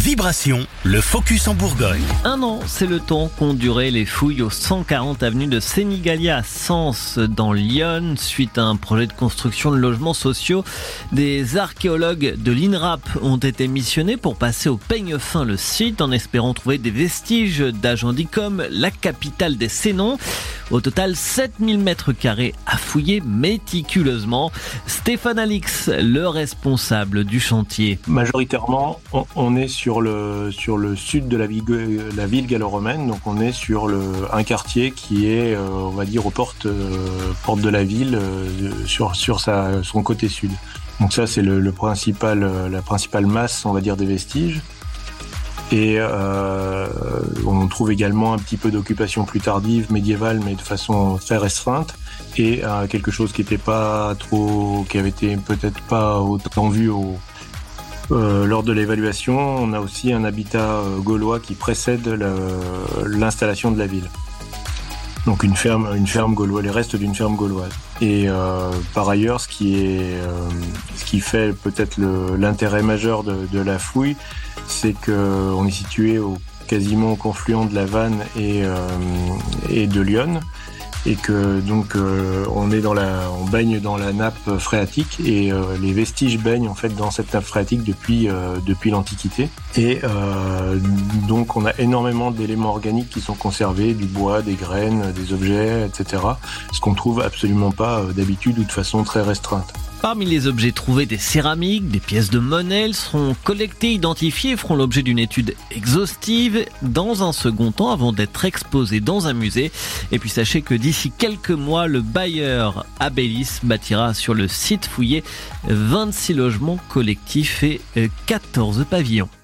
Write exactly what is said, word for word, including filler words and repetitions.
Vibration, le focus en Bourgogne. Un an, c'est le temps qu'ont duré les fouilles au cent quarante avenue de Senigalia à Sens, dans l'Yonne, suite à un projet de construction de logements sociaux. Des archéologues de l'INRAP ont été missionnés pour passer au peigne fin le site, en espérant trouver des vestiges d'Agendicum, la capitale des Sénons. Au total, sept mille mètres carrés à fouiller méticuleusement. Stéphane Alix, le responsable du chantier. Majoritairement, on, on est sur le, sur le sud de la ville, la ville gallo-romaine, donc on est sur le, un quartier qui est, euh, on va dire, aux portes, euh, portes de la ville, euh, sur, sur sa, son côté sud. Donc ça, c'est le, le principal, la principale masse, on va dire, des vestiges. Et euh, on trouve également un petit peu d'occupation plus tardive, médiévale, mais de façon très restreinte. Et euh, quelque chose qui était pas trop, qui avait été peut-être pas autant vu au, euh, lors de l'évaluation. On a aussi un habitat euh, gaulois qui précède le, l'installation de la ville. Donc une ferme, une ferme gauloise, les restes d'une ferme gauloise. Et euh, par ailleurs, ce qui est, euh, ce qui fait peut-être le, l'intérêt majeur de, de la fouille, c'est qu'on est situé au, quasiment au confluent de la Vanne et, euh, et de l'Yonne, et que donc euh, on est dans la, on baigne dans la nappe phréatique, et euh, les vestiges baignent en fait dans cette nappe phréatique depuis euh, depuis l'Antiquité. Et euh, donc on a énormément d'éléments organiques qui sont conservés, du bois, des graines, des objets, et cetera. Ce qu'on trouve absolument pas d'habitude ou de façon très restreinte. Parmi les objets trouvés, des céramiques, des pièces de monnaie, elles seront collectées, identifiées et feront l'objet d'une étude exhaustive dans un second temps avant d'être exposées dans un musée. Et puis sachez que d'ici quelques mois, le bailleur Abélis bâtira sur le site fouillé vingt-six logements collectifs et quatorze pavillons.